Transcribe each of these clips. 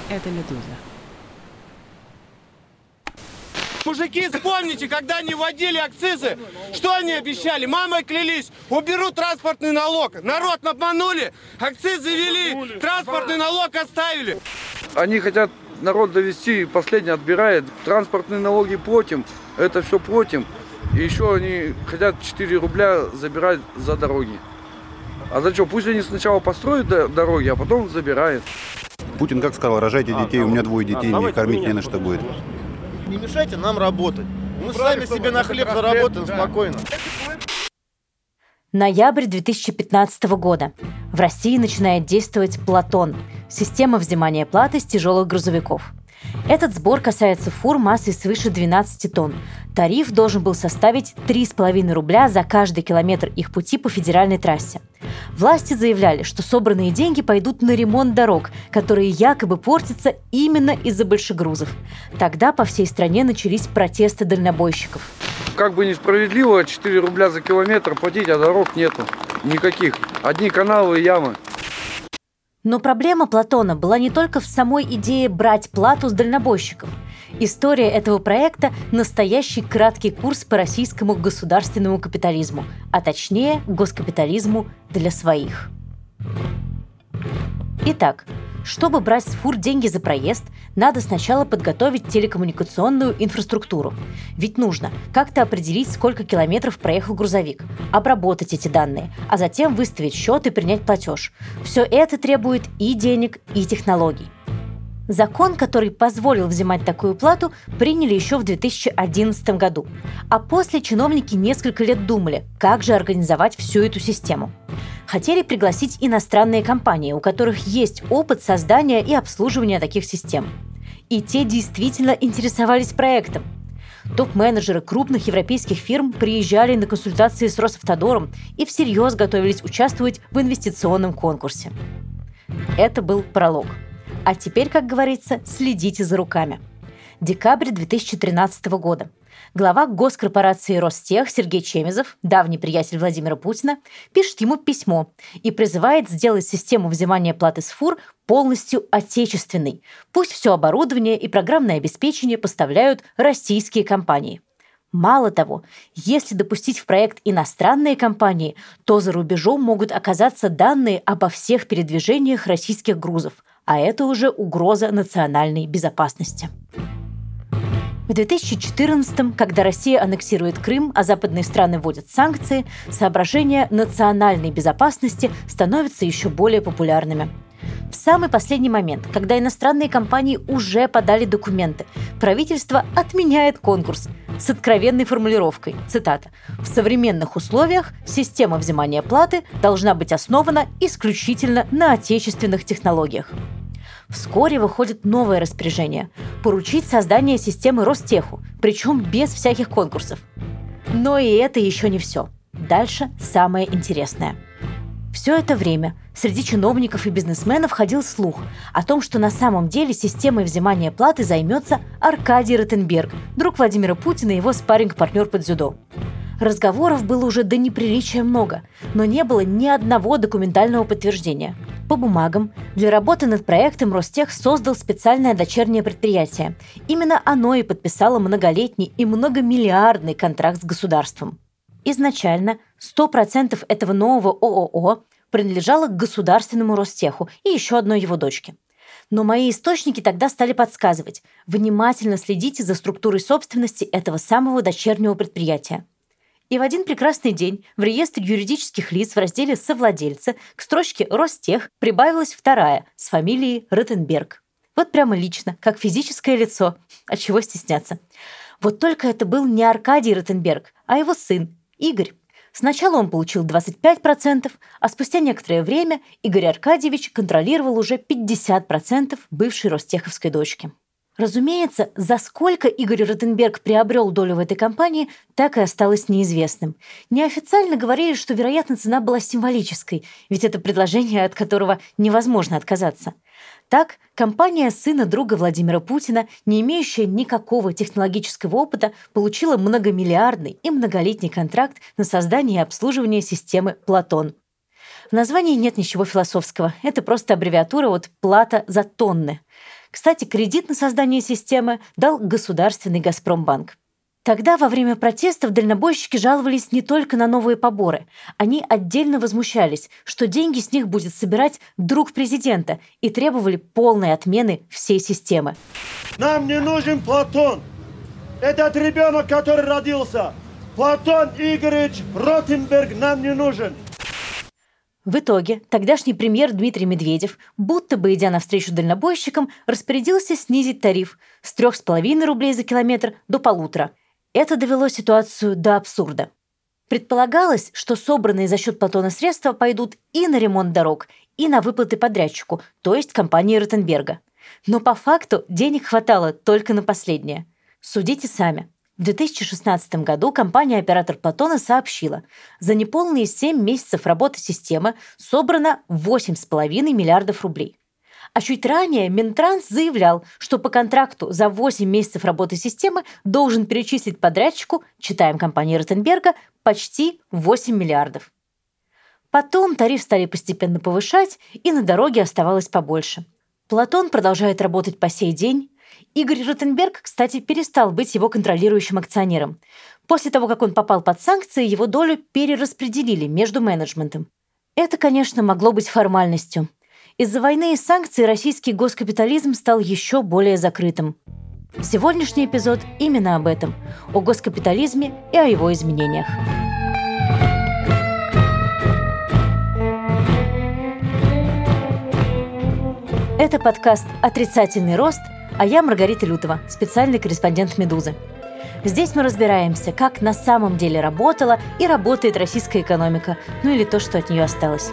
Это «Медуза». Мужики, вспомните, когда они вводили акцизы, что они обещали? Мамой клялись, уберут транспортный налог. Народ обманули, акцизы ввели, транспортный налог оставили. Они хотят народ довести, последний отбирает. Транспортные налоги платим, это все платим. И еще они хотят 4 рубля забирать за дороги. А зачем? Пусть они сначала построят дороги, а потом забирают. Путин как сказал, рожайте детей, у меня 2 детей, мне кормить не на что будет. Не мешайте нам работать. Мы сами себе на хлеб заработаем спокойно. Ноябрь 2015 года. В России начинает действовать Платон – система взимания платы с тяжелых грузовиков. Этот сбор касается фур массой свыше 12 тонн. Тариф должен был составить 3,5 рубля за каждый километр их пути по федеральной трассе. Власти заявляли, что собранные деньги пойдут на ремонт дорог, которые якобы портятся именно из-за большегрузов. Тогда по всей стране начались протесты дальнобойщиков. Как бы несправедливо, 4 рубля за километр платить, а дорог нету. Никаких. Одни каналы и ямы. Но проблема Платона была не только в самой идее брать плату с дальнобойщиков. История этого проекта – настоящий краткий курс по российскому государственному капитализму, а точнее госкапитализму для своих. Итак, чтобы брать с фур деньги за проезд, надо сначала подготовить телекоммуникационную инфраструктуру. Ведь нужно как-то определить, сколько километров проехал грузовик, обработать эти данные, а затем выставить счет и принять платеж. Все это требует и денег, и технологий. Закон, который позволил взимать такую плату, приняли еще в 2011 году. А после чиновники несколько лет думали, как же организовать всю эту систему. Хотели пригласить иностранные компании, у которых есть опыт создания и обслуживания таких систем. И те действительно интересовались проектом. Топ-менеджеры крупных европейских фирм приезжали на консультации с Росавтодором и всерьез готовились участвовать в инвестиционном конкурсе. Это был пролог. А теперь, как говорится, следите за руками. Декабрь 2013 года. Глава госкорпорации Ростех Сергей Чемезов, давний приятель Владимира Путина, пишет ему письмо и призывает сделать систему взимания платы с фур полностью отечественной. Пусть все оборудование и программное обеспечение поставляют российские компании. Мало того, если допустить в проект иностранные компании, то за рубежом могут оказаться данные обо всех передвижениях российских грузов, а это уже угроза национальной безопасности. В 2014-м, когда Россия аннексирует Крым, а западные страны вводят санкции, соображения национальной безопасности становятся еще более популярными. В самый последний момент, когда иностранные компании уже подали документы, правительство отменяет конкурс с откровенной формулировкой, цитата, «В современных условиях система взимания платы должна быть основана исключительно на отечественных технологиях». Вскоре выходит новое распоряжение – поручить создание системы Ростеху, причем без всяких конкурсов. Но и это еще не все. Дальше самое интересное. Все это время среди чиновников и бизнесменов ходил слух о том, что на самом деле системой взимания платы займется Аркадий Ротенберг, друг Владимира Путина и его спарринг-партнер по дзюдо. Разговоров было уже до неприличия много, но не было ни одного документального подтверждения. По бумагам, для работы над проектом Ростех создал специальное дочернее предприятие. Именно оно и подписало многолетний и многомиллиардный контракт с государством. Изначально 100% этого нового ООО принадлежало к государственному Ростеху и еще одной его дочке. Но мои источники тогда стали подсказывать: внимательно следите за структурой собственности этого самого дочернего предприятия. И в один прекрасный день в реестре юридических лиц в разделе «Совладельцы» к строчке «Ростех» прибавилась вторая с фамилией Ротенберг. Вот прямо лично, как физическое лицо. От чего стесняться? Вот только это был не Аркадий Ротенберг, а его сын Игорь. Сначала он получил 25%, а спустя некоторое время Игорь Аркадьевич контролировал уже 50% бывшей ростеховской дочки. Разумеется, за сколько Игорь Ротенберг приобрел долю в этой компании, так и осталось неизвестным. Неофициально говорили, что, вероятно, цена была символической, ведь это предложение, от которого невозможно отказаться. Так, компания сына друга Владимира Путина, не имеющая никакого технологического опыта, получила многомиллиардный и многолетний контракт на создание и обслуживание системы «Платон». В названии нет ничего философского, это просто аббревиатура от «плата за тонны». Кстати, кредит на создание системы дал государственный «Газпромбанк». Тогда во время протестов дальнобойщики жаловались не только на новые поборы. Они отдельно возмущались, что деньги с них будет собирать друг президента, и требовали полной отмены всей системы. Нам не нужен Платон. Этот ребенок, который родился, Платон Игоревич Ротенберг, нам не нужен. В итоге тогдашний премьер Дмитрий Медведев, будто бы идя навстречу дальнобойщикам, распорядился снизить тариф с 3,5 рублей за километр до 1,5. Это довело ситуацию до абсурда. Предполагалось, что собранные за счет Платона средства пойдут и на ремонт дорог, и на выплаты подрядчику, то есть компании Ротенберга. Но по факту денег хватало только на последнее. Судите сами. В 2016 году компания-оператор Платона сообщила, за неполные 7 месяцев работы системы собрано 8,5 миллиардов рублей. А чуть ранее Минтранс заявлял, что по контракту за 8 месяцев работы системы должен перечислить подрядчику, читаем компании Ротенберга, почти 8 миллиардов. Потом тариф стали постепенно повышать, и на дороге оставалось побольше. Платон продолжает работать по сей день. Игорь Ротенберг, кстати, перестал быть его контролирующим акционером. После того, как он попал под санкции, его долю перераспределили между менеджментом. Это, конечно, могло быть формальностью. Из-за войны и санкций российский госкапитализм стал еще более закрытым. Сегодняшний эпизод именно об этом, о госкапитализме и о его изменениях. Это подкаст «Отрицательный рост», а я Маргарита Лютова, специальный корреспондент «Медузы». Здесь мы разбираемся, как на самом деле работала и работает российская экономика, ну или то, что от нее осталось.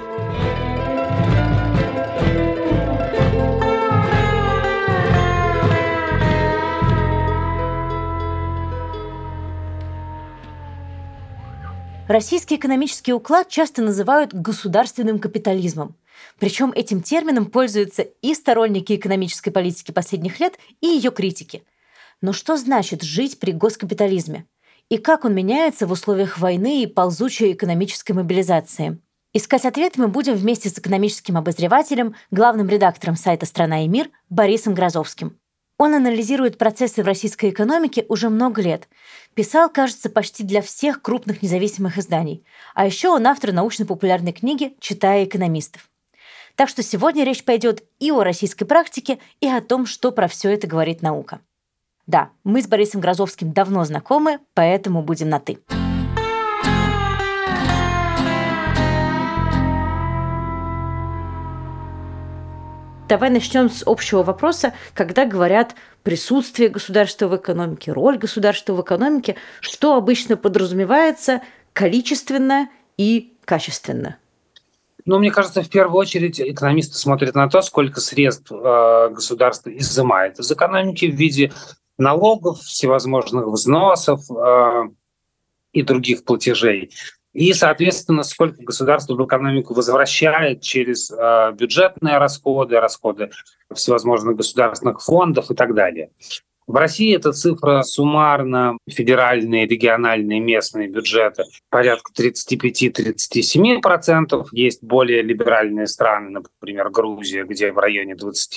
Российский экономический уклад часто называют государственным капитализмом. Причем этим термином пользуются и сторонники экономической политики последних лет, и ее критики. Но что значит жить при госкапитализме? И как он меняется в условиях войны и ползучей экономической мобилизации? Искать ответ мы будем вместе с экономическим обозревателем, главным редактором сайта «Страна и мир» Борисом Грозовским. Он анализирует процессы в российской экономике уже много лет. Писал, кажется, почти для всех крупных независимых изданий. А еще он автор научно-популярной книги «Читая экономистов». Так что сегодня речь пойдет и о российской практике, и о том, что про все это говорит наука. Да, мы с Борисом Грозовским давно знакомы, поэтому будем на «ты». Давай начнем с общего вопроса, когда говорят присутствие государства в экономике, роль государства в экономике, что обычно подразумевается количественно и качественно? Ну, мне кажется, в первую очередь экономисты смотрят на то, сколько средств государство изымает из экономики в виде налогов, всевозможных взносов и других платежей. И, соответственно, сколько государство в экономику возвращает через бюджетные расходы, расходы всевозможных государственных фондов и так далее. В России эта цифра суммарно, федеральные, региональные, местные бюджеты порядка 35-37%. Есть более либеральные страны, например, Грузия, где в районе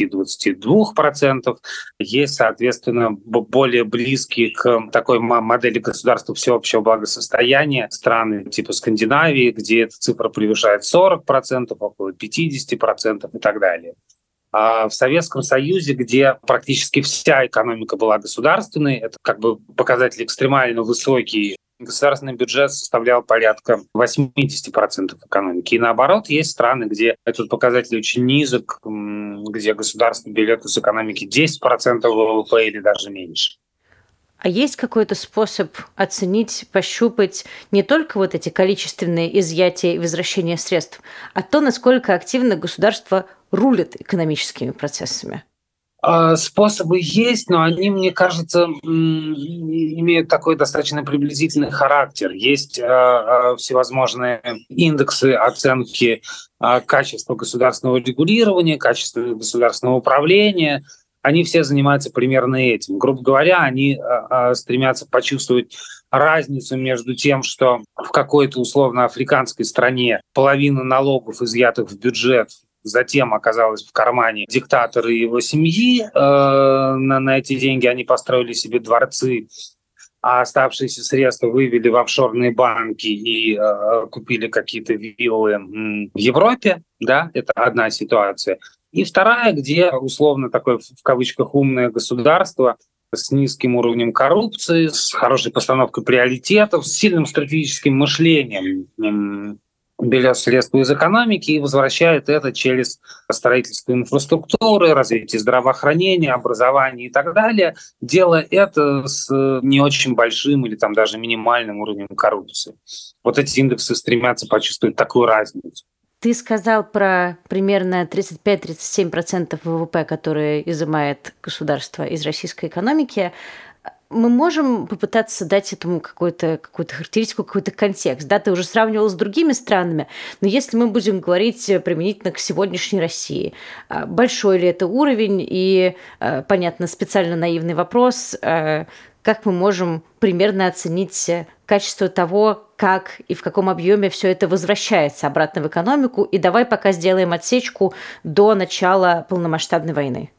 20-22%. Есть, соответственно, более близкие к такой модели государства всеобщего благосостояния страны типа Скандинавии, где эта цифра превышает 40%, около 50% и так далее. А в Советском Союзе, где практически вся экономика была государственной, это как бы показатель экстремально высокий, государственный бюджет составлял порядка 80% экономики. И наоборот, есть страны, где этот показатель очень низок, где государство берет из экономики 10% ВВП или даже меньше. А есть какой-то способ оценить, пощупать не только вот эти количественные изъятия и возвращения средств, а то, насколько активно государство рулит экономическими процессами? Способы есть, но они, мне кажется, имеют такой достаточно приблизительный характер. Есть всевозможные индексы оценки качества государственного регулирования, качества государственного управления. Они все занимаются примерно этим. Грубо говоря, они стремятся почувствовать разницу между тем, что в какой-то условно африканской стране половина налогов, изъятых в бюджет, затем оказалась в кармане диктатора и его семьи. На эти деньги они построили себе дворцы, а оставшиеся средства вывели в офшорные банки и купили какие-то виллы в Европе. Да, это одна ситуация. И вторая, где условно такое в кавычках умное государство с низким уровнем коррупции, с хорошей постановкой приоритетов, с сильным стратегическим мышлением берет средства из экономики и возвращает это через строительство инфраструктуры, развитие здравоохранения, образования и так далее, делая это с не очень большим или там даже минимальным уровнем коррупции. Вот эти индексы стремятся почувствовать такую разницу. Ты сказал про примерно 35-37% ВВП, которые изымает государство из российской экономики. Мы можем попытаться дать этому какую-то характеристику, какой-то контекст. Да, ты уже сравнивал с другими странами, но если мы будем говорить применительно к сегодняшней России, большой ли это уровень? И, понятно, специально наивный вопрос, как мы можем примерно оценить качество того, как и в каком объеме все это возвращается обратно в экономику? И давай пока сделаем отсечку до начала полномасштабной войны.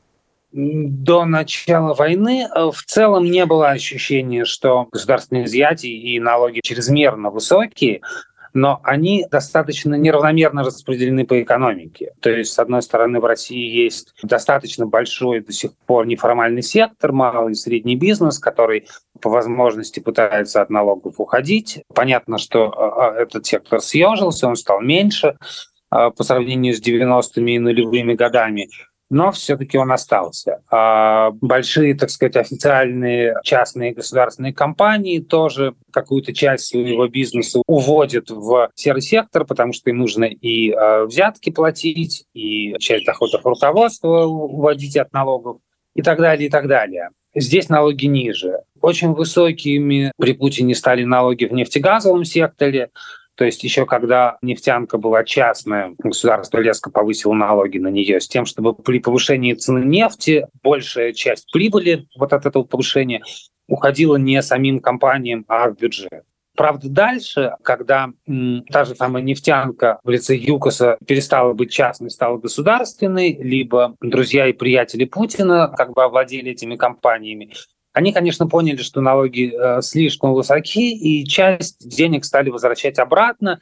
До начала войны в целом не было ощущения, что государственные изъятия и налоги чрезмерно высокие, но они достаточно неравномерно распределены по экономике. То есть, с одной стороны, в России есть достаточно большой до сих пор неформальный сектор, малый и средний бизнес, который по возможности пытается от налогов уходить. Понятно, что этот сектор съежился, он стал меньше по сравнению с 90-ми и нулевыми годами. Но все-таки он остался. А большие, так сказать, официальные частные государственные компании тоже какую-то часть своего бизнеса уводят в серый сектор, потому что им нужно и взятки платить, и часть доходов руководства уводить от налогов, и так далее, и так далее. Здесь налоги ниже. Очень высокими при Путине стали налоги в нефтегазовом секторе. То есть еще когда нефтянка была частная, государство резко повысило налоги на нее с тем, чтобы при повышении цены нефти большая часть прибыли вот от этого повышения уходила не самим компаниям, а в бюджет. Правда, дальше, когда та же самая нефтянка в лице ЮКОСа перестала быть частной, стала государственной, либо друзья и приятели Путина как бы овладели этими компаниями, они, конечно, поняли, что налоги слишком высоки, и часть денег стали возвращать обратно.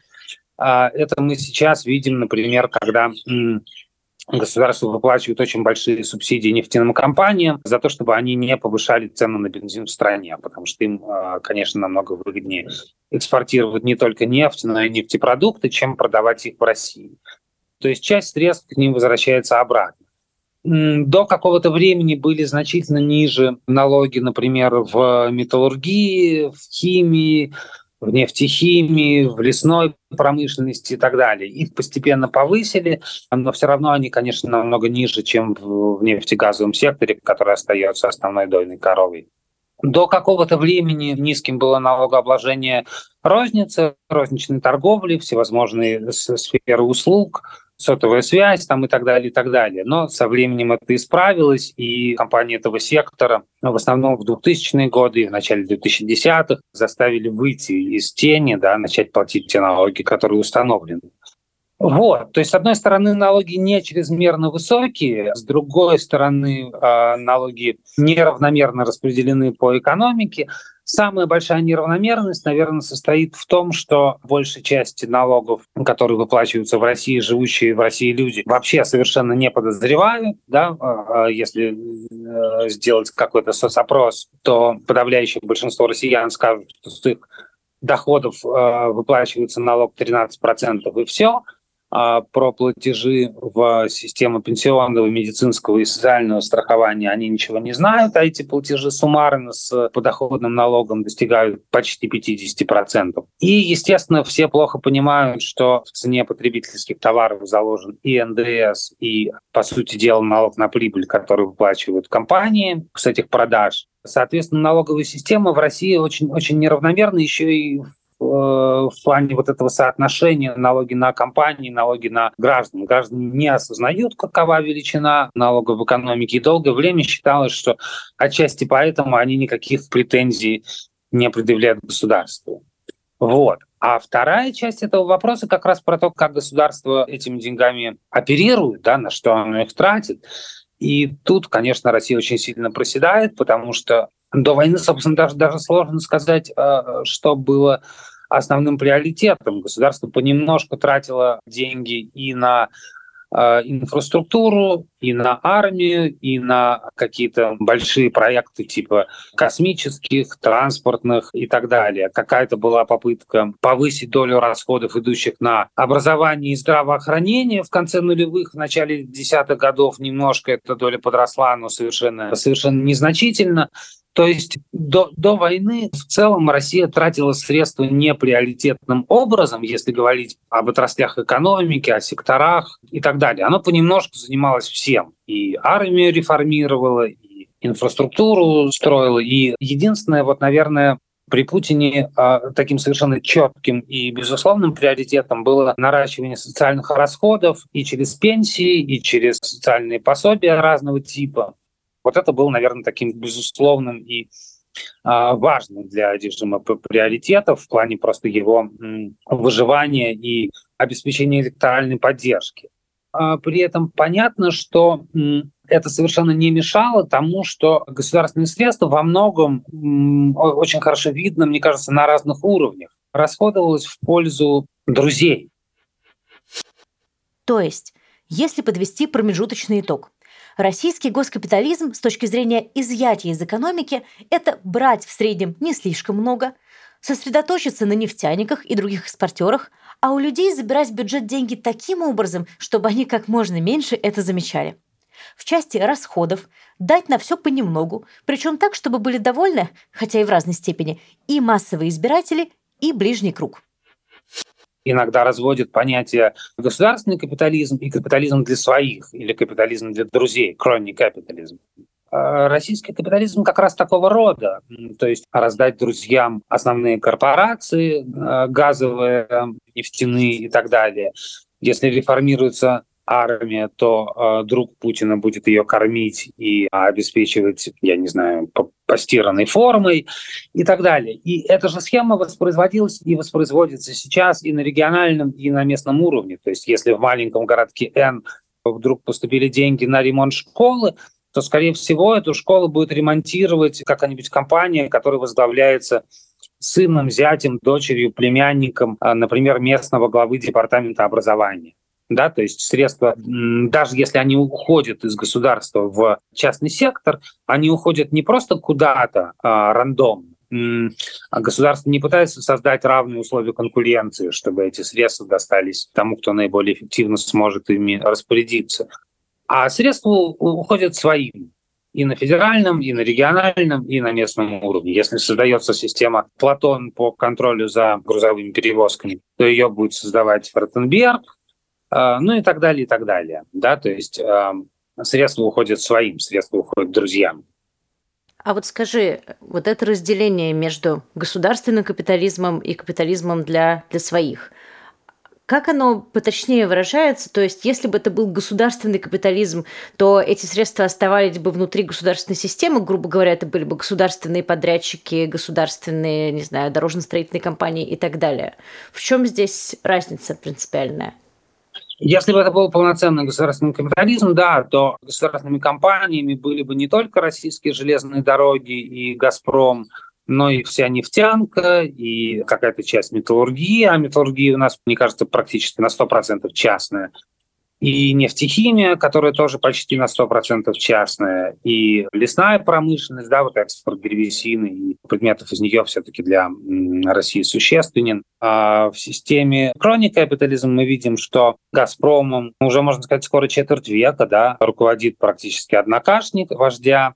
Это мы сейчас видим, например, когда государство выплачивает очень большие субсидии нефтяным компаниям за то, чтобы они не повышали цены на бензин в стране, потому что им, конечно, намного выгоднее экспортировать не только нефть, но и нефтепродукты, чем продавать их в России. То есть часть средств к ним возвращается обратно. До какого-то времени были значительно ниже налоги, например, в металлургии, в химии, в нефтехимии, в лесной промышленности и так далее. Их постепенно повысили, но все равно они, конечно, намного ниже, чем в нефтегазовом секторе, который остается основной дойной коровой. До какого-то времени низким было налогообложение розницы, розничной торговли, всевозможные сферы услуг, сотовая связь там, и так далее, и так далее. Но со временем это исправилось, и компании этого сектора в основном в 2000-е годы и в начале 2010-х заставили выйти из тени, да, начать платить те налоги, которые установлены. Вот. То есть, с одной стороны, налоги не чрезмерно высокие, с другой стороны, налоги неравномерно распределены по экономике. Самая большая неравномерность, наверное, состоит в том, что большей части налогов, которые выплачиваются в России, живущие в России люди, вообще совершенно не подозревают. Да? Если сделать какой-то соцопрос, то подавляющее большинство россиян скажут, что с их доходов выплачивается налог 13% и все. Про платежи в систему пенсионного, медицинского и социального страхования они ничего не знают, а эти платежи суммарно с подоходным налогом достигают почти 50%. И, естественно, все плохо понимают, что в цене потребительских товаров заложен и НДС, и, по сути дела, налог на прибыль, который выплачивают компании с этих продаж. Соответственно, налоговая система в России очень, очень неравномерна, еще и в плане вот этого соотношения налоги на компании, налоги на граждан. Граждане не осознают, какова величина налогов в экономике, и долгое время считалось, что отчасти поэтому они никаких претензий не предъявляют государству. Вот. А вторая часть этого вопроса как раз про то, как государство этими деньгами оперирует, да, на что оно их тратит. И тут, конечно, Россия очень сильно проседает, потому что до войны, собственно, даже сложно сказать, что было основным приоритетом. Государство понемножку тратило деньги и на инфраструктуру, и на армию, и на какие-то большие проекты типа космических, транспортных и так далее. Какая-то была попытка повысить долю расходов, идущих на образование и здравоохранение. В конце нулевых, в начале десятых годов немножко эта доля подросла, но совершенно незначительно. То есть до войны в целом Россия тратила средства неприоритетным образом, если говорить об отраслях экономики, о секторах и так далее. Оно понемножку занималось всем. И армию реформировало, и инфраструктуру строило. И единственное, наверное, при Путине таким совершенно четким и безусловным приоритетом было наращивание социальных расходов и через пенсии, и через социальные пособия разного типа. Вот это было, наверное, таким безусловным и важным для режима приоритетов в плане просто его выживания и обеспечения электоральной поддержки. При этом понятно, что это совершенно не мешало тому, что государственные средства во многом, очень хорошо видно, мне кажется, на разных уровнях, расходовалось в пользу друзей. То есть, если подвести промежуточный итог, российский госкапитализм с точки зрения изъятия из экономики – это брать в среднем не слишком много, сосредоточиться на нефтяниках и других экспортерах, а у людей забирать в бюджет деньги таким образом, чтобы они как можно меньше это замечали. В части расходов дать на все понемногу, причем так, чтобы были довольны, хотя и в разной степени, и массовые избиратели, и ближний круг. Иногда разводят понятия государственный капитализм и капитализм для своих, или капитализм для друзей, crony capitalism. Российский капитализм как раз такого рода, то есть раздать друзьям основные корпорации, газовые, нефтяные и так далее. Если реформируется армия, то друг Путина будет ее кормить и обеспечивать, я не знаю, постиранной формой и так далее. И эта же схема воспроизводилась и воспроизводится сейчас и на региональном, и на местном уровне. То есть если в маленьком городке Н вдруг поступили деньги на ремонт школы, то, скорее всего, эту школу будет ремонтировать какая-нибудь компания, которая возглавляется сыном, зятем, дочерью, племянником, например, местного главы департамента образования. Да, то есть средства, даже если они уходят из государства в частный сектор, они уходят не просто куда-то рандомно. Государство не пытается создать равные условия конкуренции, чтобы эти средства достались тому, кто наиболее эффективно сможет ими распорядиться. А средства уходят своим. И на федеральном, и на региональном, и на местном уровне. Если создается система Платон по контролю за грузовыми перевозками, то ее будет создавать Ротенберг, ну и так далее, и так далее. Да, то есть средства уходят своим, средства уходят друзьям. А вот скажи, вот это разделение между государственным капитализмом и капитализмом для своих, как оно поточнее выражается? То есть, если бы это был государственный капитализм, то эти средства оставались бы внутри государственной системы, грубо говоря, это были бы государственные подрядчики, государственные, не знаю, дорожно-строительные компании и так далее. В чем здесь разница принципиальная? Если бы это был полноценный государственный капитализм, да, то государственными компаниями были бы не только российские железные дороги и «Газпром», но и вся нефтянка, и какая-то часть металлургии, а металлургия у нас, мне кажется, практически на 100% частная, и нефтехимия, которая тоже почти на 100% частная, и лесная промышленность, да, вот экспорт древесины и предметов из нее все-таки для России существенен. А в системе crony capitalism мы видим, что «Газпромом» уже, можно сказать, скоро четверть века, да, руководит практически однокашник вождя.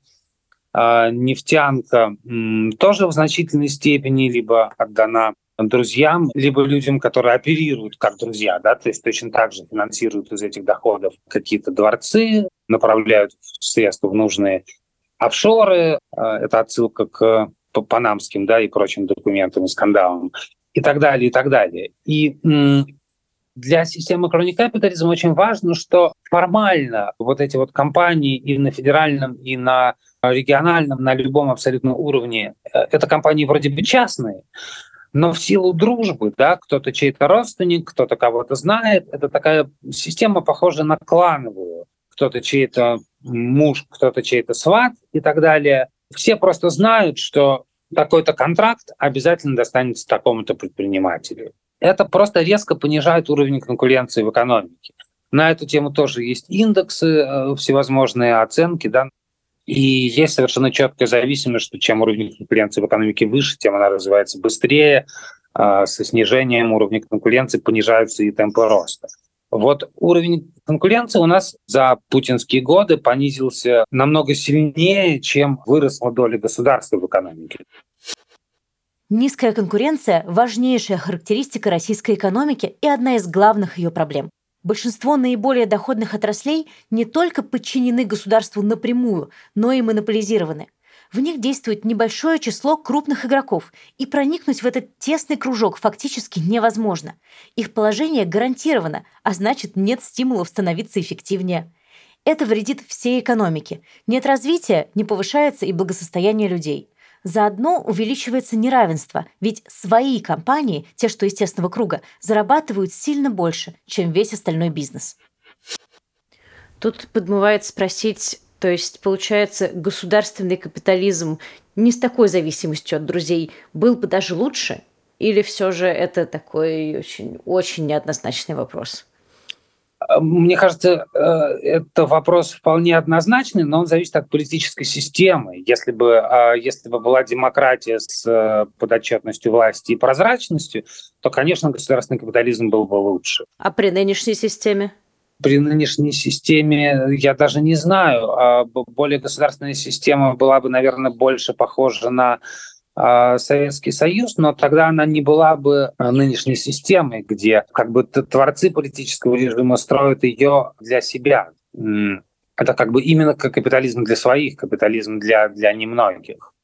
Нефтянка тоже в значительной степени либо отдана друзьям, либо людям, которые оперируют как друзья, да, то есть точно так же финансируют из этих доходов какие-то дворцы, направляют средства в нужные офшоры, это отсылка к панамским, да, и прочим документам и скандалам, и так далее, и так далее. И для системы crony capitalism очень важно, что формально вот эти вот компании и на федеральном, и на региональном, на любом абсолютно уровне, это компании вроде бы частные, но в силу дружбы, да, кто-то чей-то родственник, кто-то кого-то знает, это такая система, похожая на клановую. Кто-то чей-то муж, кто-то чей-то сват и так далее. Все просто знают, что такой-то контракт обязательно достанется такому-то предпринимателю. Это просто резко понижает уровень конкуренции в экономике. На эту тему тоже есть индексы, всевозможные оценки, да, и есть совершенно четкая зависимость, что чем уровень конкуренции в экономике выше, тем она развивается быстрее, со снижением уровня конкуренции понижаются и темпы роста. Вот уровень конкуренции у нас за путинские годы понизился намного сильнее, чем выросла доля государства в экономике. Низкая конкуренция – важнейшая характеристика российской экономики и одна из главных ее проблем. Большинство наиболее доходных отраслей не только подчинены государству напрямую, но и монополизированы. В них действует небольшое число крупных игроков, и проникнуть в этот тесный кружок фактически невозможно. Их положение гарантировано, а значит, нет стимулов становиться эффективнее. Это вредит всей экономике. Нет развития, не повышается и благосостояние людей. Заодно увеличивается неравенство, ведь свои компании, те, что из тесного круга, зарабатывают сильно больше, чем весь остальной бизнес. Тут подмывает спросить, то есть, получается, государственный капитализм не с такой зависимостью от друзей был бы даже лучше? Или все же это такой очень, очень неоднозначный вопрос? Мне кажется, это вопрос вполне однозначный, но он зависит от политической системы. Если бы была демократия с подотчетностью власти и прозрачностью, то, конечно, государственный капитализм был бы лучше. А при нынешней системе? При нынешней системе я даже не знаю. Более государственная система была бы, наверное, больше похожа на Советский Союз, но тогда она не была бы нынешней системой, где как бы творцы политического режима строят ее для себя. Это как бы именно как капитализм для своих, капитализм для немногих.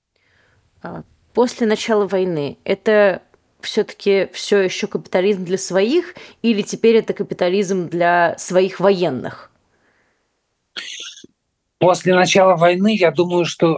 После начала войны это все-таки все еще капитализм для своих, или теперь это капитализм для своих военных? После начала войны, я думаю, что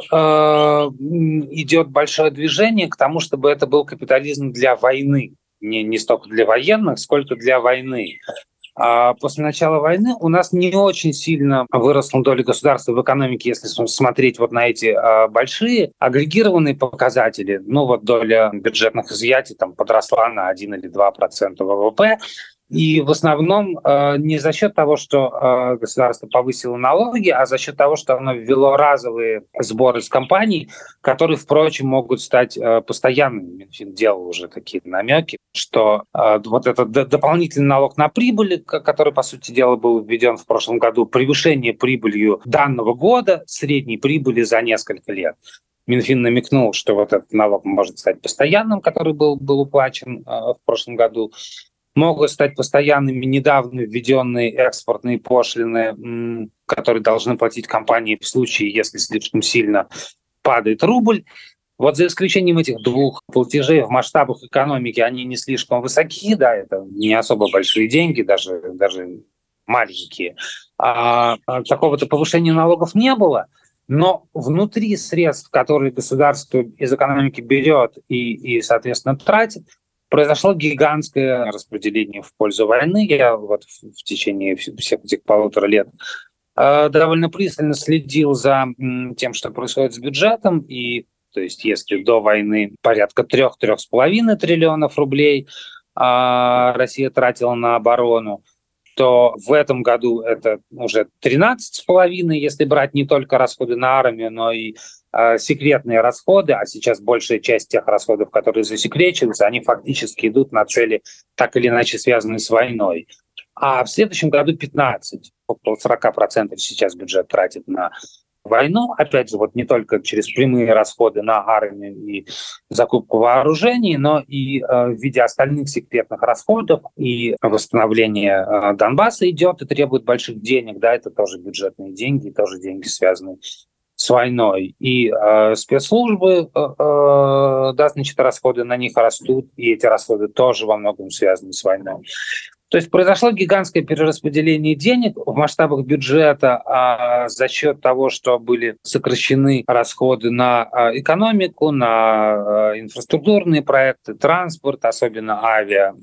идет большое движение к тому, чтобы это был капитализм для войны. Не столько для военных, сколько для войны. А после начала войны у нас не очень сильно выросла доля государства в экономике, если смотреть вот на эти большие агрегированные показатели. Ну вот доля бюджетных изъятий там подросла на 1 или 2% ВВП. И в основном не за счет того, что государство повысило налоги, а за счет того, что оно ввело разовые сборы с компаний, которые, впрочем, могут стать постоянными. Минфин делал уже такие намеки, что вот этот дополнительный налог на прибыль, который, по сути дела, был введен в прошлом году, превышение прибылью данного года средней прибыли за несколько лет. Минфин намекнул, что вот этот налог может стать постоянным, который был уплачен в прошлом году. Могут стать постоянными недавно введенные экспортные пошлины, которые должны платить компании в случае, если слишком сильно падает рубль. Вот за исключением этих двух платежей в масштабах экономики они не слишком высоки, да, это не особо большие деньги, даже маленькие. Какого-то повышения налогов не было. Но внутри средств, которые государство из экономики берет и соответственно, тратит, произошло гигантское распределение в пользу войны. Я вот в течение всех этих 1,5 лет довольно пристально следил за тем, что происходит с бюджетом. И то есть если до войны порядка 3-3,5 триллионов рублей Россия тратила на оборону, то в этом году это уже 13,5, если брать не только расходы на армию, но и секретные расходы, а сейчас большая часть тех расходов, которые засекречиваются, они фактически идут на цели, так или иначе связанные с войной. А в следующем году 15, около 40% сейчас бюджет тратит на войну. Опять же, вот не только через прямые расходы на армию и закупку вооружений, но и в виде остальных секретных расходов. И восстановление Донбасса идет и требует больших денег. Да, это тоже бюджетные деньги, тоже деньги, связанные с войной. И спецслужбы, да, значит, расходы на них растут, и эти расходы тоже во многом связаны с войной. То есть произошло гигантское перераспределение денег в масштабах бюджета за счет того, что были сокращены расходы на экономику, на инфраструктурные проекты, транспорт, особенно авиа,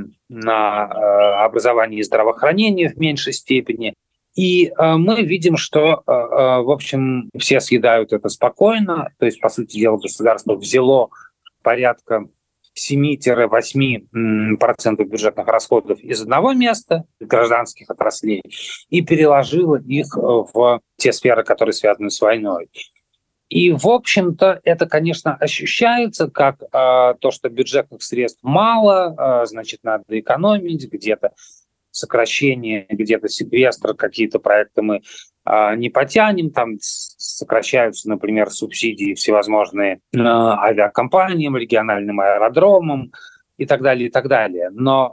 на образование и здравоохранение в меньшей степени. И мы видим, что, в общем, все съедают это спокойно. То есть, по сути дела, государство взяло порядка 7-8% бюджетных расходов из одного места, гражданских отраслей, и переложила их в те сферы, которые связаны с войной. И, в общем-то, это, конечно, ощущается как то, что бюджетных средств мало, значит, надо экономить, где-то сокращение, где-то секвестр, какие-то проекты мы не потянем, там сокращаются, например, субсидии всевозможные авиакомпаниям, региональным аэродромам и так далее, и так далее. Но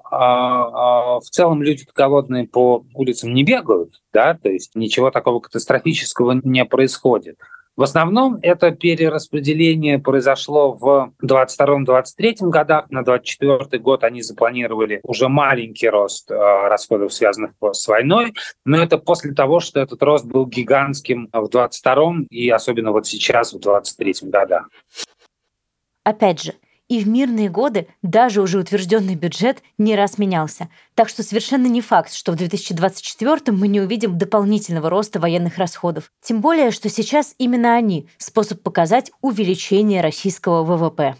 в целом люди голодные по улицам не бегают, да, то есть ничего такого катастрофического не происходит. В основном это перераспределение произошло в 2022-2023 годах. На 2024 год они запланировали уже маленький рост расходов, связанных с войной. Но это после того, что этот рост был гигантским в 2022 и особенно вот сейчас, в 2023 годах. Опять же, и в мирные годы даже уже утвержденный бюджет не раз менялся. Так что совершенно не факт, что в 2024 мы не увидим дополнительного роста военных расходов. Тем более, что сейчас именно они – способ показать увеличение российского ВВП.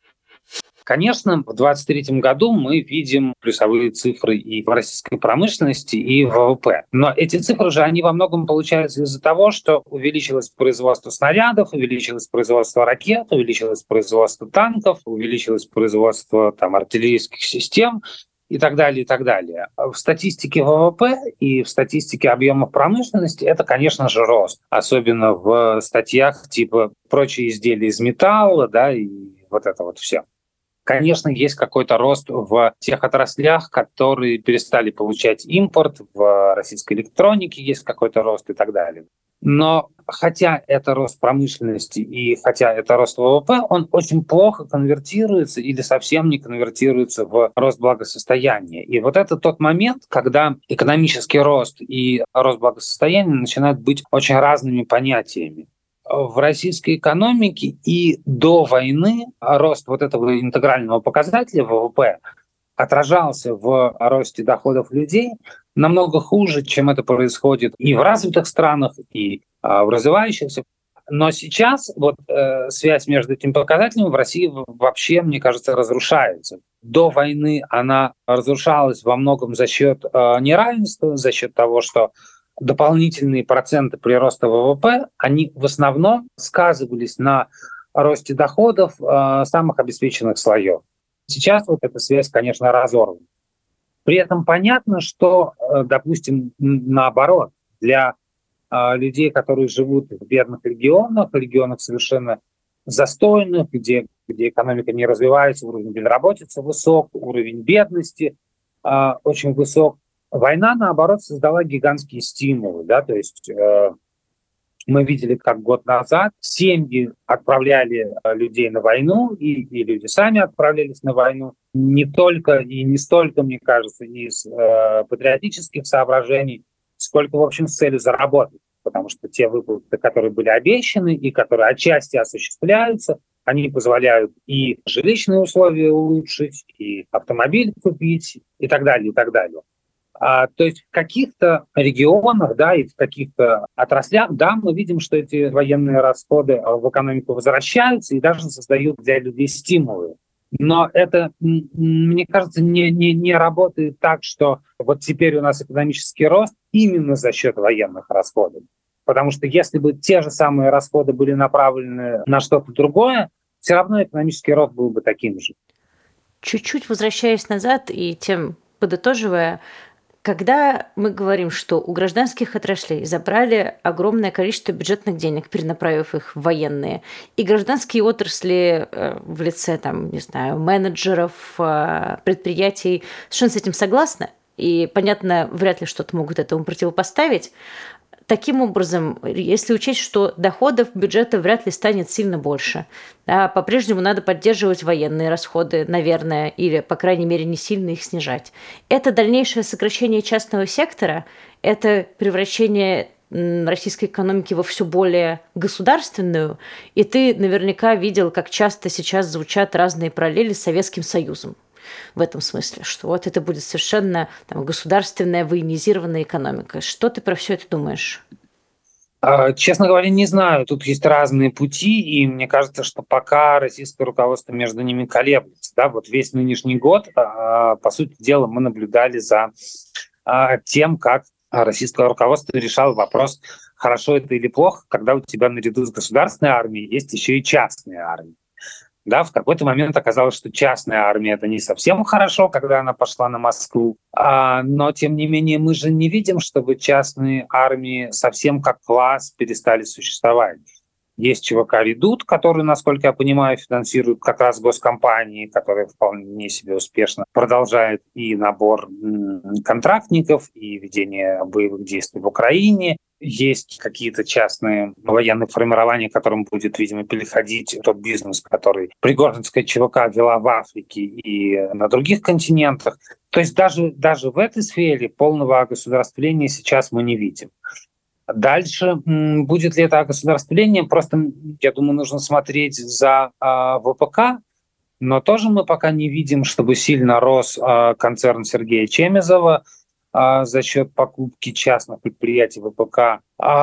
Конечно, в 2023 году мы видим плюсовые цифры и в российской промышленности, и в ВВП. Но эти цифры же, они во многом получаются из-за того, что увеличилось производство снарядов, увеличилось производство ракет, увеличилось производство танков, увеличилось производство артиллерийских систем и так далее, и так далее. В статистике ВВП и в статистике объемов промышленности это, конечно же, рост. Особенно в статьях типа «Прочие изделия из металла», да, и вот это вот все. Конечно, есть какой-то рост в тех отраслях, которые перестали получать импорт, в российской электронике есть какой-то рост и так далее. Но хотя это рост промышленности и хотя это рост ВВП, он очень плохо конвертируется или совсем не конвертируется в рост благосостояния. И вот это тот момент, когда экономический рост и рост благосостояния начинают быть очень разными понятиями. В российской экономике и до войны рост вот этого интегрального показателя ВВП отражался в росте доходов людей намного хуже, чем это происходит и в развитых странах, и в развивающихся. Но сейчас связь между этими показателями в России вообще, мне кажется, разрушается. До войны она разрушалась во многом за счет неравенства, за счет того, что дополнительные проценты прироста ВВП, они в основном сказывались на росте доходов самых обеспеченных слоев. Сейчас вот эта связь, конечно, разорвана. При этом понятно, что, допустим, наоборот, для людей, которые живут в бедных регионах совершенно застойных, где экономика не развивается, уровень безработицы высок, уровень бедности очень высок, война, наоборот, создала гигантские стимулы. Да? То есть мы видели, как год назад семьи отправляли людей на войну, и люди сами отправлялись на войну. Не только и не столько, мне кажется, из патриотических соображений, сколько, в общем, с целью заработать. Потому что те выплаты, которые были обещаны и которые отчасти осуществляются, они позволяют и жилищные условия улучшить, и автомобиль купить, и так далее, и так далее. То есть в каких-то регионах, да, и в каких-то отраслях, да, мы видим, что эти военные расходы в экономику возвращаются и даже создают для людей стимулы. Но это, мне кажется, не работает так, что вот теперь у нас экономический рост именно за счет военных расходов. Потому что если бы те же самые расходы были направлены на что-то другое, все равно экономический рост был бы таким же. Чуть-чуть возвращаясь назад и тем подытоживая, когда мы говорим, что у гражданских отраслей забрали огромное количество бюджетных денег, перенаправив их в военные, и гражданские отрасли в лице, менеджеров, предприятий совершенно с этим согласны, и, понятно, вряд ли что-то могут этому противопоставить, Таким образом, если учесть, что доходов бюджета вряд ли станет сильно больше, да, по-прежнему надо поддерживать военные расходы, наверное, или, по крайней мере, не сильно их снижать. Это дальнейшее сокращение частного сектора, это превращение российской экономики во все более государственную, и ты наверняка видел, как часто сейчас звучат разные параллели с Советским Союзом. В этом смысле, что вот это будет совершенно государственная военизированная экономика. Что ты про все это думаешь? Честно говоря, не знаю. Тут есть разные пути, и мне кажется, что пока российское руководство между ними колеблется. Да, вот весь нынешний год, по сути дела, мы наблюдали за тем, как российское руководство решало вопрос, хорошо это или плохо, когда у тебя наряду с государственной армией есть еще и частная армия. Да, в какой-то момент оказалось, что частная армия — это не совсем хорошо, когда она пошла на Москву. Но, тем не менее, мы же не видим, чтобы частные армии совсем как класс перестали существовать. Есть ЧВК «Редут», который, насколько я понимаю, финансирует как раз госкомпании, которые вполне себе успешно продолжают и набор контрактников, и ведение боевых действий в Украине. Есть какие-то частные военные формирования, к которым будет, видимо, переходить тот бизнес, который Пригожинская ЧВК вела в Африке и на других континентах. То есть даже в этой сфере полного огосударствления сейчас мы не видим. Дальше, будет ли это огосударствление, просто, я думаю, нужно смотреть за ВПК, но тоже мы пока не видим, чтобы сильно рос концерн Сергея Чемезова за счет покупки частных предприятий ВПК.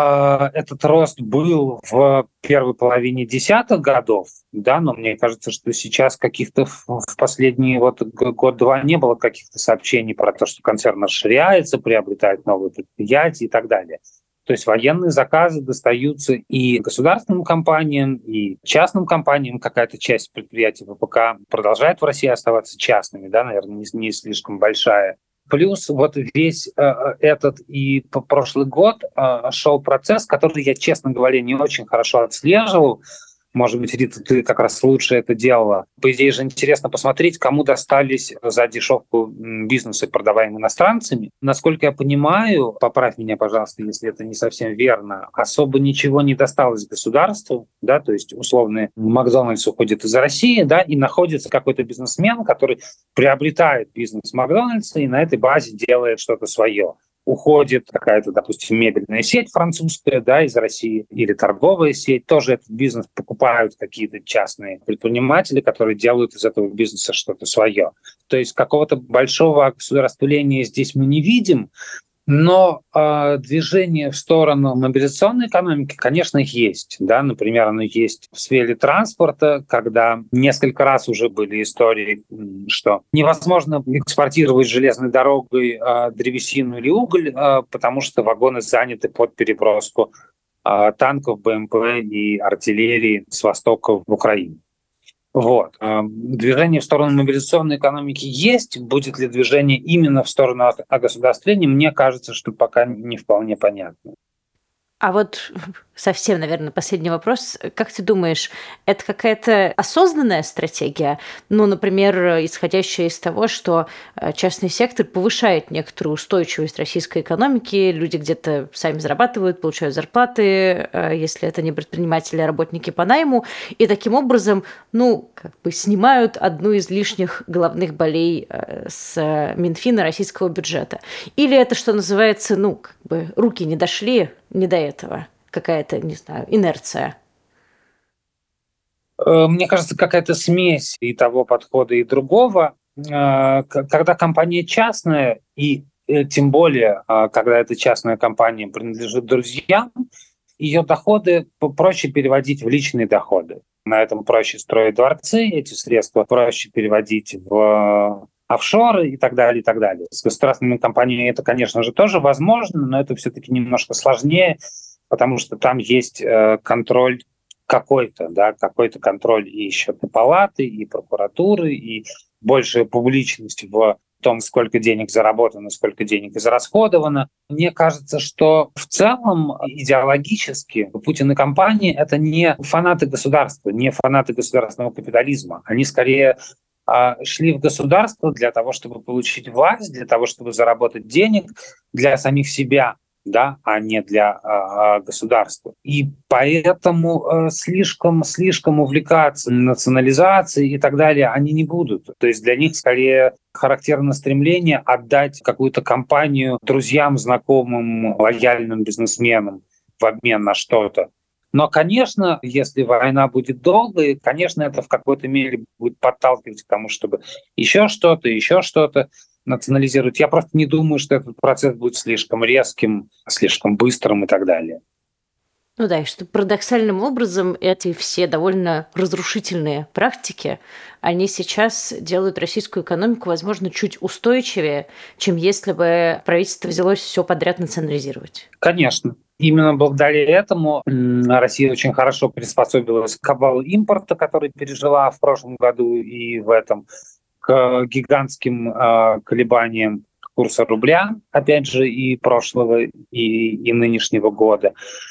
Этот рост был в первой половине десятых годов, да, но мне кажется, что сейчас каких-то в последние год-два не было каких-то сообщений про то, что концерн расширяется, приобретает новые предприятия и так далее. То есть военные заказы достаются и государственным компаниям, и частным компаниям. Какая-то часть предприятий ВПК продолжает в России оставаться частными, да, наверное, не слишком большая. Плюс вот весь этот и прошлый год шел процесс, который я, честно говоря, не очень хорошо отслеживал. Может быть, Рита, ты как раз лучше это делала. По идее же интересно посмотреть, кому достались за дешевку бизнесы, продаваемые иностранцами. Насколько я понимаю, поправь меня, пожалуйста, если это не совсем верно, особо ничего не досталось государству, да, то есть условно Макдональдс уходит из России, да, и находится какой-то бизнесмен, который приобретает бизнес Макдональдса и на этой базе делает что-то свое. Уходит какая-то, допустим, мебельная сеть французская, да, из России, или торговая сеть, тоже этот бизнес покупают какие-то частные предприниматели, которые делают из этого бизнеса что-то свое. То есть какого-то большого государствления здесь мы не видим, но движение в сторону мобилизационной экономики, конечно, есть. Да? Например, оно есть в сфере транспорта, когда несколько раз уже были истории, что невозможно экспортировать железной дорогой древесину или уголь, потому что вагоны заняты под переброску танков, БМП и артиллерии с востока в Украину. Вот. Движение в сторону мобилизационной экономики есть. Будет ли движение именно в сторону огосударствления, мне кажется, что пока не вполне понятно. А вот совсем, наверное, последний вопрос. Как ты думаешь, это какая-то осознанная стратегия? Ну, например, исходящая из того, что частный сектор повышает некоторую устойчивость российской экономики, люди где-то сами зарабатывают, получают зарплаты, если это не предприниматели, а работники по найму, и таким образом, снимают одну из лишних головных болей с Минфина российского бюджета. Или это, что называется, руки не дошли, не до этого, какая-то, не знаю, инерция? Мне кажется, какая-то смесь и того подхода, и другого. Когда компания частная, и тем более, когда эта частная компания принадлежит друзьям, ее доходы проще переводить в личные доходы. На этом проще строить дворцы, эти средства проще переводить в офшоры и так далее, и так далее. С государственными компаниями это, конечно же, тоже возможно, но это все-таки немножко сложнее, потому что там есть контроль какой-то контроль и счетной палаты, и прокуратуры, и большая публичность в том, сколько денег заработано, сколько денег израсходовано. Мне кажется, что в целом идеологически Путин и компания — это не фанаты государства, не фанаты государственного капитализма. Они скорее шли в государство для того, чтобы получить власть, для того, чтобы заработать денег для самих себя. да, а не для государства. И поэтому слишком увлекаться национализацией и так далее они не будут. То есть для них скорее характерно стремление отдать какую-то компанию друзьям, знакомым, лояльным бизнесменам в обмен на что-то. Но, конечно, если война будет долгой, конечно, это в какой-то мере будет подталкивать к тому, чтобы еще что-то национализировать. Я просто не думаю, что этот процесс будет слишком резким, слишком быстрым и так далее. Ну да, и что парадоксальным образом эти все довольно разрушительные практики, они сейчас делают российскую экономику, возможно, чуть устойчивее, чем если бы правительство взялось все подряд национализировать. Конечно. Именно благодаря этому Россия очень хорошо приспособилась к обвалу импорта, который пережила в прошлом году и в этом, к гигантским колебаниям курса рубля, опять же, и прошлого, и нынешнего года.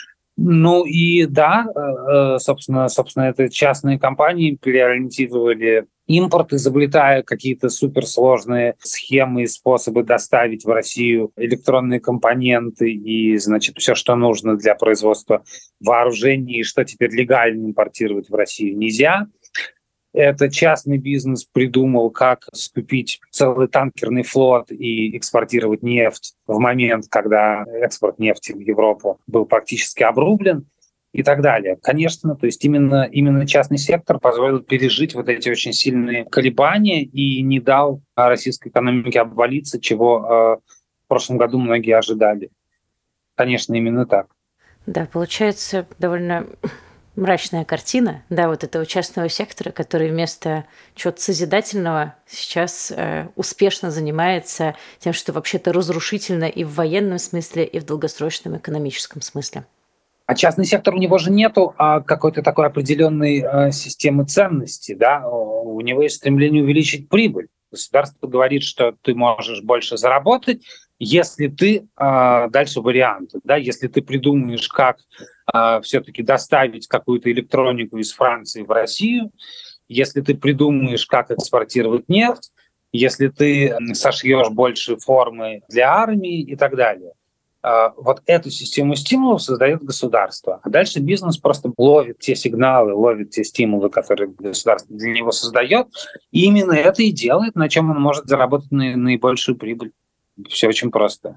Ну и да, собственно, это частные компании переориентировали импорт, изобретая какие-то суперсложные схемы и способы доставить в Россию электронные компоненты и, значит, все, что нужно для производства вооружений, и что теперь легально импортировать в Россию нельзя. Это частный бизнес придумал, как скупить целый танкерный флот и экспортировать нефть в момент, когда экспорт нефти в Европу был практически обрублен и так далее. Конечно, то есть именно частный сектор позволил пережить вот эти очень сильные колебания и не дал российской экономике обвалиться, чего в прошлом году многие ожидали. Конечно, именно так. Да, получается довольно мрачная картина, да, вот этого частного сектора, который вместо чего-то созидательного сейчас успешно занимается тем, что вообще-то разрушительно и в военном смысле, и в долгосрочном экономическом смысле. А частный сектор, у него же нету какой-то такой определенной системы ценностей, да, у него есть стремление увеличить прибыль. Государство говорит, что ты можешь больше заработать, если ты дальше варианты, да, если ты придумаешь, как все-таки доставить какую-то электронику из Франции в Россию, если ты придумаешь, как экспортировать нефть, если ты сошьешь больше формы для армии и так далее. Вот эту систему стимулов создает государство. А дальше бизнес просто ловит те сигналы, ловит те стимулы, которые государство для него создает. И именно это и делает, на чем он может заработать наибольшую прибыль. Все очень просто.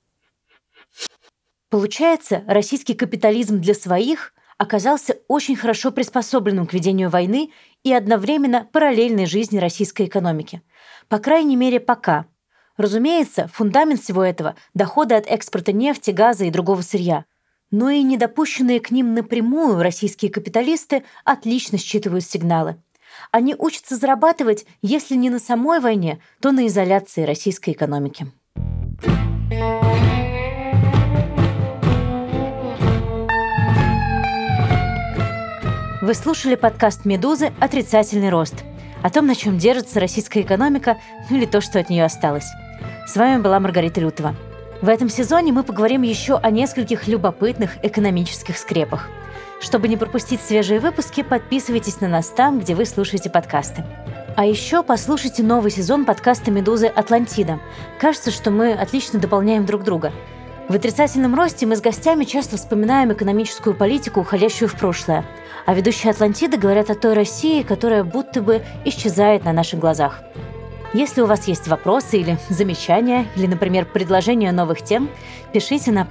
Получается, российский капитализм для своих оказался очень хорошо приспособленным к ведению войны и одновременно параллельной жизни российской экономики. По крайней мере, пока. Разумеется, фундамент всего этого – доходы от экспорта нефти, газа и другого сырья. Но и недопущенные к ним напрямую российские капиталисты отлично считывают сигналы. Они учатся зарабатывать, если не на самой войне, то на изоляции российской экономики. Вы слушали подкаст «Медузы. Отрицательный рост». О том, на чем держится российская экономика, или то, что от нее осталось. С вами была Маргарита Лютова. В этом сезоне мы поговорим еще о нескольких любопытных экономических скрепах. Чтобы не пропустить свежие выпуски, подписывайтесь на нас там, где вы слушаете подкасты. А еще послушайте новый сезон подкаста «Медузы. Атлантида». Кажется, что мы отлично дополняем друг друга. В «Отрицательном росте» мы с гостями часто вспоминаем экономическую политику, уходящую в прошлое. А ведущие «Атлантиды» говорят о той России, которая будто бы исчезает на наших глазах. Если у вас есть вопросы или замечания, или, например, предложения новых тем, пишите на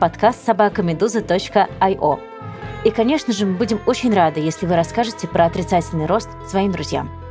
podcast@meduza.io. И, конечно же, мы будем очень рады, если вы расскажете про отрицательный рост своим друзьям.